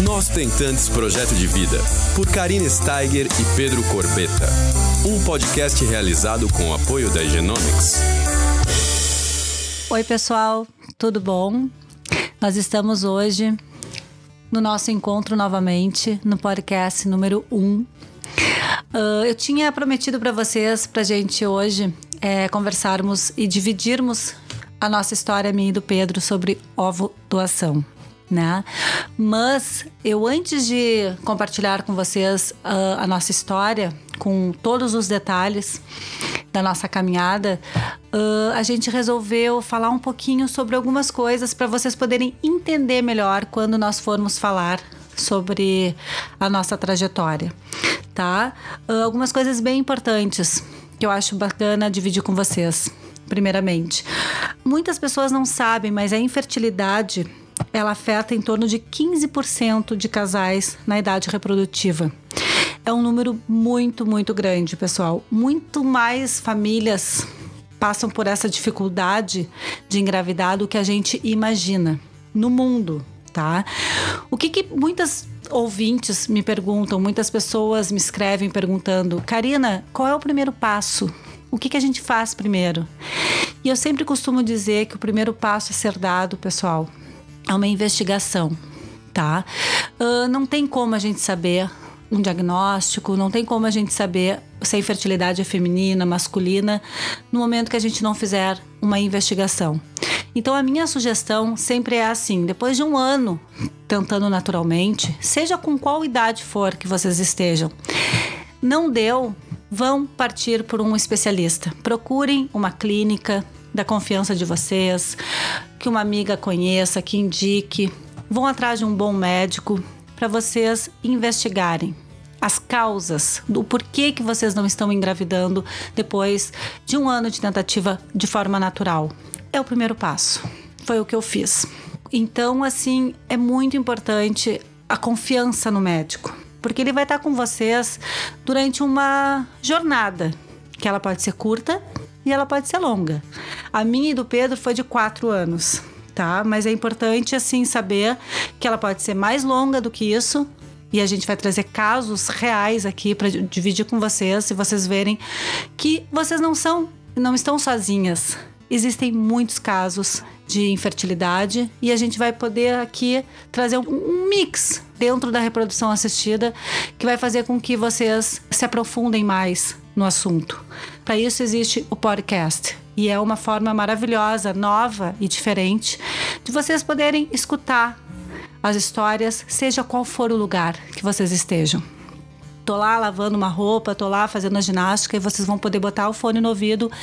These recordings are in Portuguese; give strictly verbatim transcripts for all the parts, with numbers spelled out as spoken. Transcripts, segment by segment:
Nós Tentantes Projeto de Vida, por Karine Steiger e Pedro Corbetta. Um podcast realizado com o apoio da Genomics. Oi, pessoal, tudo bom? Nós estamos hoje no nosso encontro novamente, no podcast número um. Uh, eu tinha prometido para vocês, pra gente hoje, é, conversarmos e dividirmos a nossa história, minha e do Pedro, sobre ovo doação, né? Mas eu, antes de compartilhar com vocês uh, a nossa história, com todos os detalhes da nossa caminhada, uh, a gente resolveu falar um pouquinho sobre algumas coisas para vocês poderem entender melhor quando nós formos falar sobre a nossa trajetória, tá? Uh, algumas coisas bem importantes que eu acho bacana dividir com vocês. Primeiramente, muitas pessoas não sabem, mas a infertilidade, ela afeta em torno de quinze por cento de casais na idade reprodutiva. É um número muito, muito grande, pessoal. Muito mais famílias passam por essa dificuldade de engravidar do que a gente imagina no mundo, tá? O que que muitas ouvintes me perguntam, muitas pessoas me escrevem perguntando: Karina, qual é o primeiro passo? O que que a gente faz primeiro? E eu sempre costumo dizer que o primeiro passo a ser dado, pessoal, é uma investigação, tá? Uh, não tem como a gente saber um diagnóstico, não tem como a gente saber se a infertilidade é feminina, masculina, no momento que a gente não fizer uma investigação. Então a minha sugestão sempre é assim: depois de um ano tentando naturalmente, seja com qual idade for que vocês estejam, não deu, vão partir por um especialista. Procurem uma clínica da confiança de vocês, que uma amiga conheça, que indique. Vão atrás de um bom médico para vocês investigarem as causas do porquê que vocês não estão engravidando depois de um ano de tentativa de forma natural. É o primeiro passo. Foi o que eu fiz. Então, assim, é muito importante a confiança no médico, porque ele vai estar com vocês durante uma jornada, que ela pode ser curta e ela pode ser longa. A minha e do Pedro foi de quatro anos, tá? Mas é importante, assim, saber que ela pode ser mais longa do que isso, e a gente vai trazer casos reais aqui para dividir com vocês, e vocês verem que vocês não são, não estão sozinhas. Existem muitos casos de infertilidade e a gente vai poder aqui trazer um, um mix dentro da reprodução assistida que vai fazer com que vocês se aprofundem mais no assunto. Para isso existe o podcast e é uma forma maravilhosa, nova e diferente de vocês poderem escutar as histórias, seja qual for o lugar que vocês estejam. Tô lá lavando uma roupa, tô lá fazendo a ginástica e vocês vão poder botar o fone no ouvido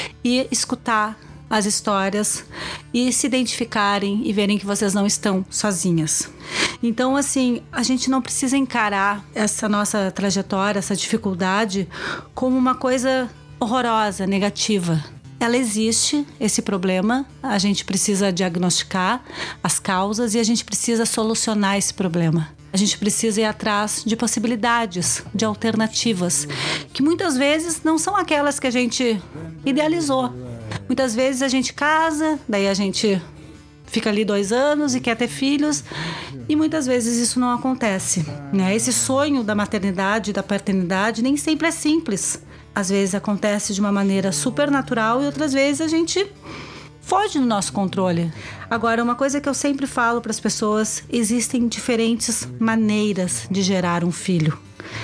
e escutar as histórias e se identificarem e verem que vocês não estão sozinhas. Então, assim, a gente não precisa encarar essa nossa trajetória, essa dificuldade, como uma coisa horrorosa, negativa. Ela existe, esse problema, a gente precisa diagnosticar as causas e a gente precisa solucionar esse problema. A gente precisa ir atrás de possibilidades, de alternativas, que muitas vezes não são aquelas que a gente idealizou. Muitas vezes a gente casa, daí a gente fica ali dois anos e quer ter filhos, e muitas vezes isso não acontece, né? Esse sonho da maternidade e da paternidade nem sempre é simples. Às vezes acontece de uma maneira super natural e outras vezes a gente foge do nosso controle. Agora, uma coisa que eu sempre falo para as pessoas: existem diferentes maneiras de gerar um filho,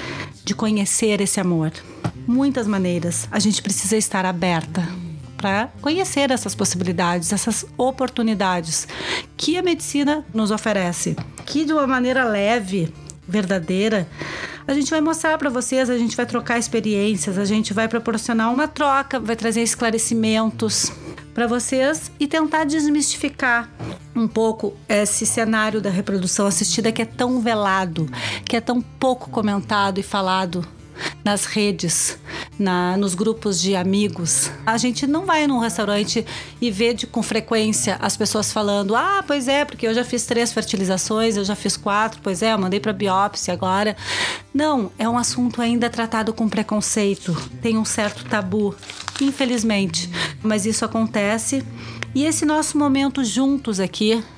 de conhecer esse amor. Muitas maneiras. A gente precisa estar aberta para conhecer essas possibilidades, essas oportunidades que a medicina nos oferece, que de uma maneira leve, verdadeira, a gente vai mostrar para vocês, a gente vai trocar experiências, a gente vai proporcionar uma troca, vai trazer esclarecimentos para vocês e tentar desmistificar um pouco esse cenário da reprodução assistida que é tão velado, que é tão pouco comentado e falado nas redes, na, nos grupos de amigos. A gente não vai num restaurante e vê de, com frequência as pessoas falando: ah, pois é, porque eu já fiz três fertilizações, eu já fiz quatro, pois é, eu mandei para biópsia agora. Não, é um assunto ainda tratado com preconceito, tem um certo tabu, infelizmente, mas isso acontece. E esse nosso momento juntos aqui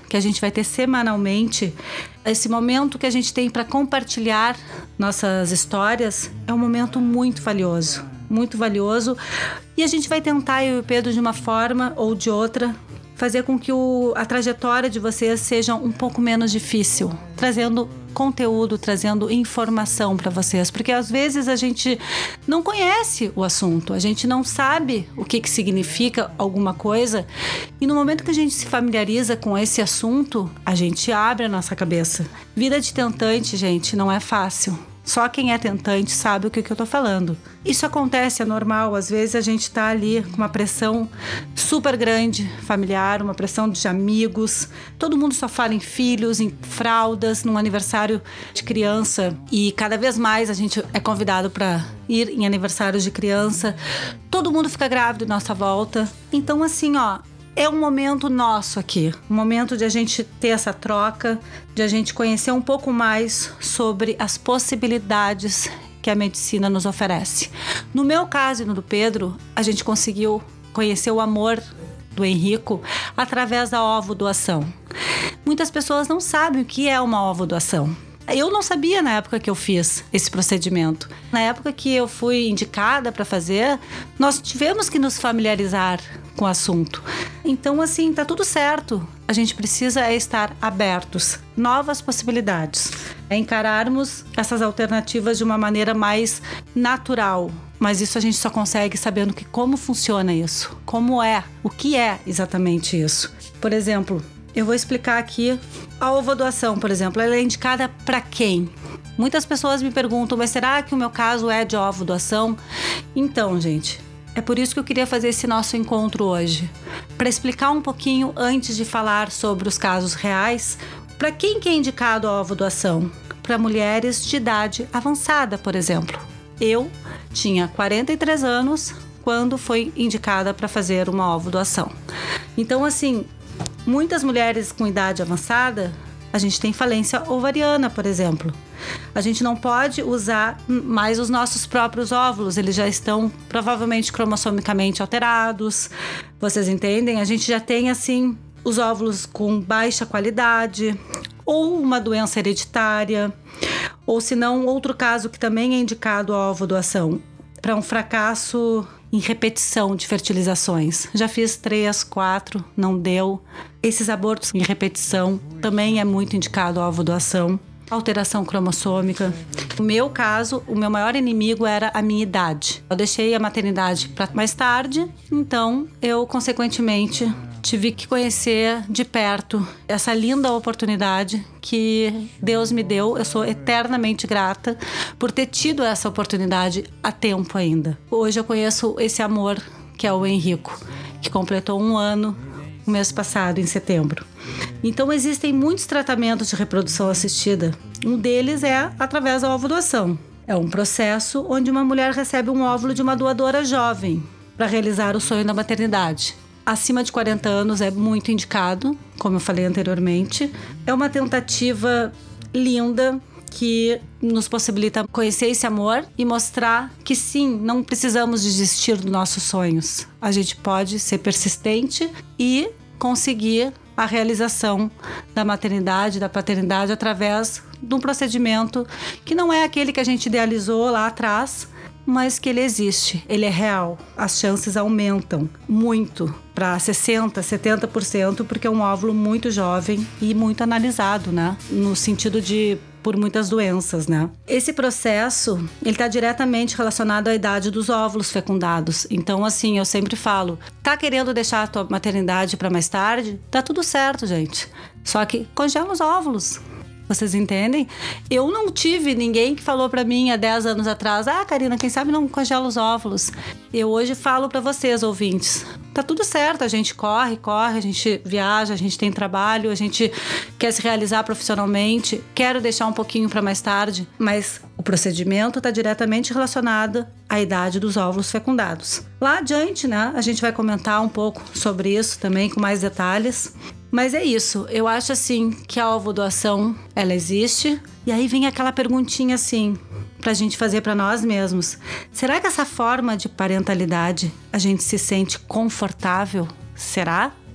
que a gente vai ter semanalmente, esse momento que a gente tem para compartilhar nossas histórias é um momento muito valioso, muito valioso. E a gente vai tentar, eu e o Pedro, de uma forma ou de outra, fazer com que o, a trajetória de vocês seja um pouco menos difícil, trazendo conteúdo, trazendo informação para vocês, porque às vezes a gente não conhece o assunto, a gente não sabe o que, que significa alguma coisa, e no momento que a gente se familiariza com esse assunto, a gente abre a nossa cabeça. Vida de tentante, gente, não é fácil. Só quem é tentante sabe o que, que eu tô falando. Isso acontece, é normal. Às vezes a gente tá ali com uma pressão super grande, familiar, uma pressão de amigos. Todo mundo só fala em filhos, em fraldas, num aniversário de criança. E cada vez mais a gente é convidado para ir em aniversários de criança. Todo mundo fica grávido à nossa volta. Então, assim, ó, é um momento nosso aqui, um momento de a gente ter essa troca, de a gente conhecer um pouco mais sobre as possibilidades que a medicina nos oferece. No meu caso e no do Pedro, a gente conseguiu conhecer o amor do Henrico através da ovodoação. Muitas pessoas não sabem o que é uma ovodoação. Eu não sabia na época que eu fiz esse procedimento. Na época que eu fui indicada para fazer, nós tivemos que nos familiarizar com o assunto. Então, assim, tá tudo certo. A gente precisa é estar abertos, novas possibilidades. É encararmos essas alternativas de uma maneira mais natural. Mas isso a gente só consegue sabendo que como funciona isso, como é, o que é exatamente isso. Por exemplo, eu vou explicar aqui a ovodoação, por exemplo. Ela é indicada para quem? Muitas pessoas me perguntam, mas será que o meu caso é de ovodoação? Então, gente, é por isso que eu queria fazer esse nosso encontro hoje. Para explicar um pouquinho, antes de falar sobre os casos reais, para quem que é indicado a ovodoação? Para mulheres de idade avançada, por exemplo. Eu tinha quarenta e três anos quando foi indicada para fazer uma ovodoação. Então, assim, muitas mulheres com idade avançada, a gente tem falência ovariana, por exemplo. A gente não pode usar mais os nossos próprios óvulos, eles já estão provavelmente cromossomicamente alterados. Vocês entendem? A gente já tem, assim, os óvulos com baixa qualidade, ou uma doença hereditária, ou se não, outro caso que também é indicado a ovodoação, para um fracasso em repetição de fertilizações. Já fiz três, quatro, não deu. Esses abortos em repetição também é muito indicado a ovodoação. Alteração cromossômica. No meu caso, o meu maior inimigo era a minha idade. Eu deixei a maternidade para mais tarde, então eu, consequentemente, tive que conhecer de perto essa linda oportunidade que Deus me deu. Eu sou eternamente grata por ter tido essa oportunidade a tempo ainda. Hoje eu conheço esse amor que é o Henrico, que completou um ano no mês passado, em setembro. Então existem muitos tratamentos de reprodução assistida. Um deles é através da ovodoação. É um processo onde uma mulher recebe um óvulo de uma doadora jovem para realizar o sonho da maternidade. Acima de quarenta anos é muito indicado, como eu falei anteriormente. É uma tentativa linda que nos possibilita conhecer esse amor e mostrar que sim, não precisamos desistir dos nossos sonhos. A gente pode ser persistente e conseguir a realização da maternidade, da paternidade através de um procedimento que não é aquele que a gente idealizou lá atrás, mas que ele existe, ele é real. As chances aumentam muito para sessenta por cento, setenta por cento, porque é um óvulo muito jovem e muito analisado, né? No sentido de por muitas doenças, né? Esse processo, ele está diretamente relacionado à idade dos óvulos fecundados. Então, assim, eu sempre falo, tá querendo deixar a tua maternidade para mais tarde? Tá tudo certo, gente. Só que congela os óvulos. Vocês entendem? Eu não tive ninguém que falou pra mim há dez anos atrás, ah, Karina, quem sabe não congela os óvulos. Eu hoje falo pra vocês, ouvintes, tá tudo certo, a gente corre, corre, a gente viaja, a gente tem trabalho, a gente quer se realizar profissionalmente, quero deixar um pouquinho pra mais tarde, mas o procedimento tá diretamente relacionado à idade dos óvulos fecundados. Lá adiante, né, a gente vai comentar um pouco sobre isso também, com mais detalhes. Mas é isso, eu acho assim que a ovodoação, ela existe. E aí vem aquela perguntinha assim, pra gente fazer pra nós mesmos. Será que essa forma de parentalidade a gente se sente confortável? Será?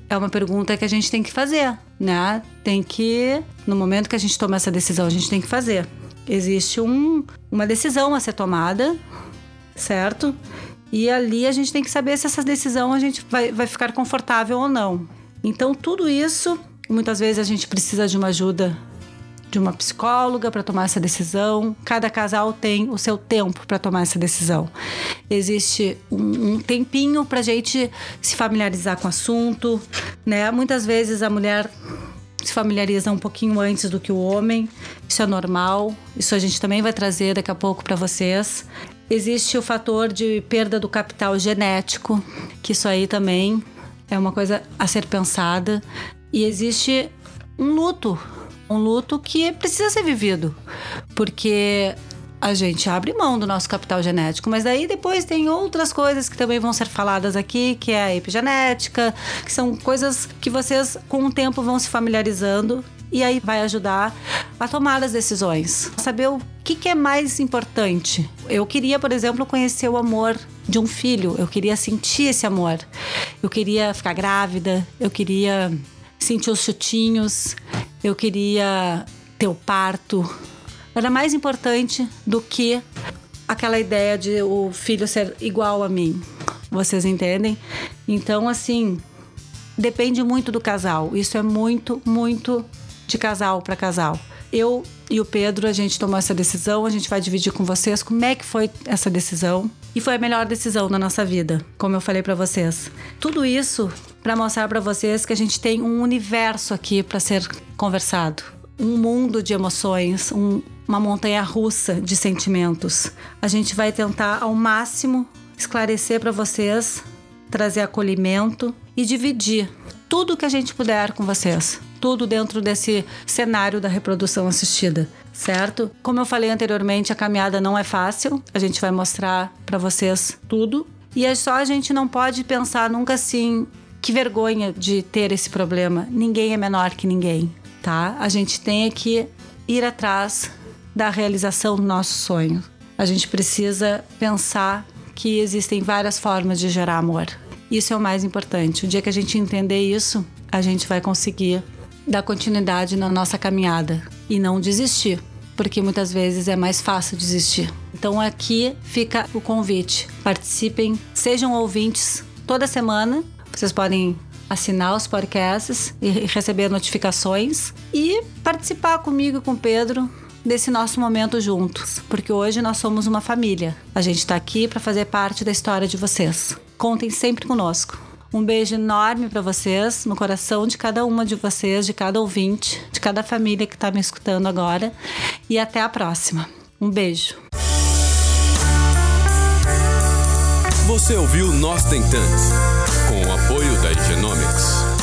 é uma pergunta que a gente tem que fazer, né? Tem que, no momento que a gente toma essa decisão, a gente tem que fazer. Existe um, uma decisão a ser tomada, certo? E ali a gente tem que saber se essa decisão a gente vai, vai ficar confortável ou não. Então, tudo isso, muitas vezes a gente precisa de uma ajuda de uma psicóloga para tomar essa decisão. Cada casal tem o seu tempo para tomar essa decisão. Existe um, um tempinho para a gente se familiarizar com o assunto, né? Muitas vezes a mulher se familiariza um pouquinho antes do que o homem. Isso é normal. Isso a gente também vai trazer daqui a pouco para vocês. Existe o fator de perda do capital genético, que isso aí também é uma coisa a ser pensada. E existe um luto, um luto que precisa ser vivido, porque a gente abre mão do nosso capital genético, mas daí depois tem outras coisas que também vão ser faladas aqui, que é a epigenética, que são coisas que vocês com o tempo vão se familiarizando e aí vai ajudar a tomar as decisões. Saber o que, que é mais importante. Eu queria, por exemplo, conhecer o amor de um filho, eu queria sentir esse amor, eu queria ficar grávida, eu queria sentir os chutinhos, eu queria ter o parto. Era mais importante do que aquela ideia de o filho ser igual a mim. Vocês entendem? Então, assim, depende muito do casal. Isso é muito, muito de casal para casal. Eu e o Pedro, a gente tomou essa decisão, a gente vai dividir com vocês como é que foi essa decisão. E foi a melhor decisão da nossa vida, como eu falei para vocês. Tudo isso para mostrar para vocês que a gente tem um universo aqui para ser conversado. Um mundo de emoções, um, uma montanha-russa de sentimentos. A gente vai tentar ao máximo esclarecer para vocês, trazer acolhimento e dividir tudo que a gente puder com vocês. Tudo dentro desse cenário da reprodução assistida, certo? Como eu falei anteriormente, a caminhada não é fácil. A gente vai mostrar para vocês tudo. E é só a gente não pode pensar nunca assim, que vergonha de ter esse problema. Ninguém é menor que ninguém, tá? A gente tem que ir atrás da realização do nosso sonho. A gente precisa pensar que existem várias formas de gerar amor. Isso é o mais importante. O dia que a gente entender isso, a gente vai conseguir dar continuidade na nossa caminhada e não desistir, porque muitas vezes é mais fácil desistir. Então aqui fica o convite. Participem, sejam ouvintes toda semana. Vocês podem assinar os podcasts e receber notificações e participar comigo e com o Pedro desse nosso momento juntos, porque hoje nós somos uma família. A gente está aqui para fazer parte da história de vocês. Contem sempre conosco. Um beijo enorme para vocês, no coração de cada uma de vocês, de cada ouvinte, de cada família que está me escutando agora. E até a próxima. Um beijo. Você ouviu Nós Tentantes, com o apoio da Genomics.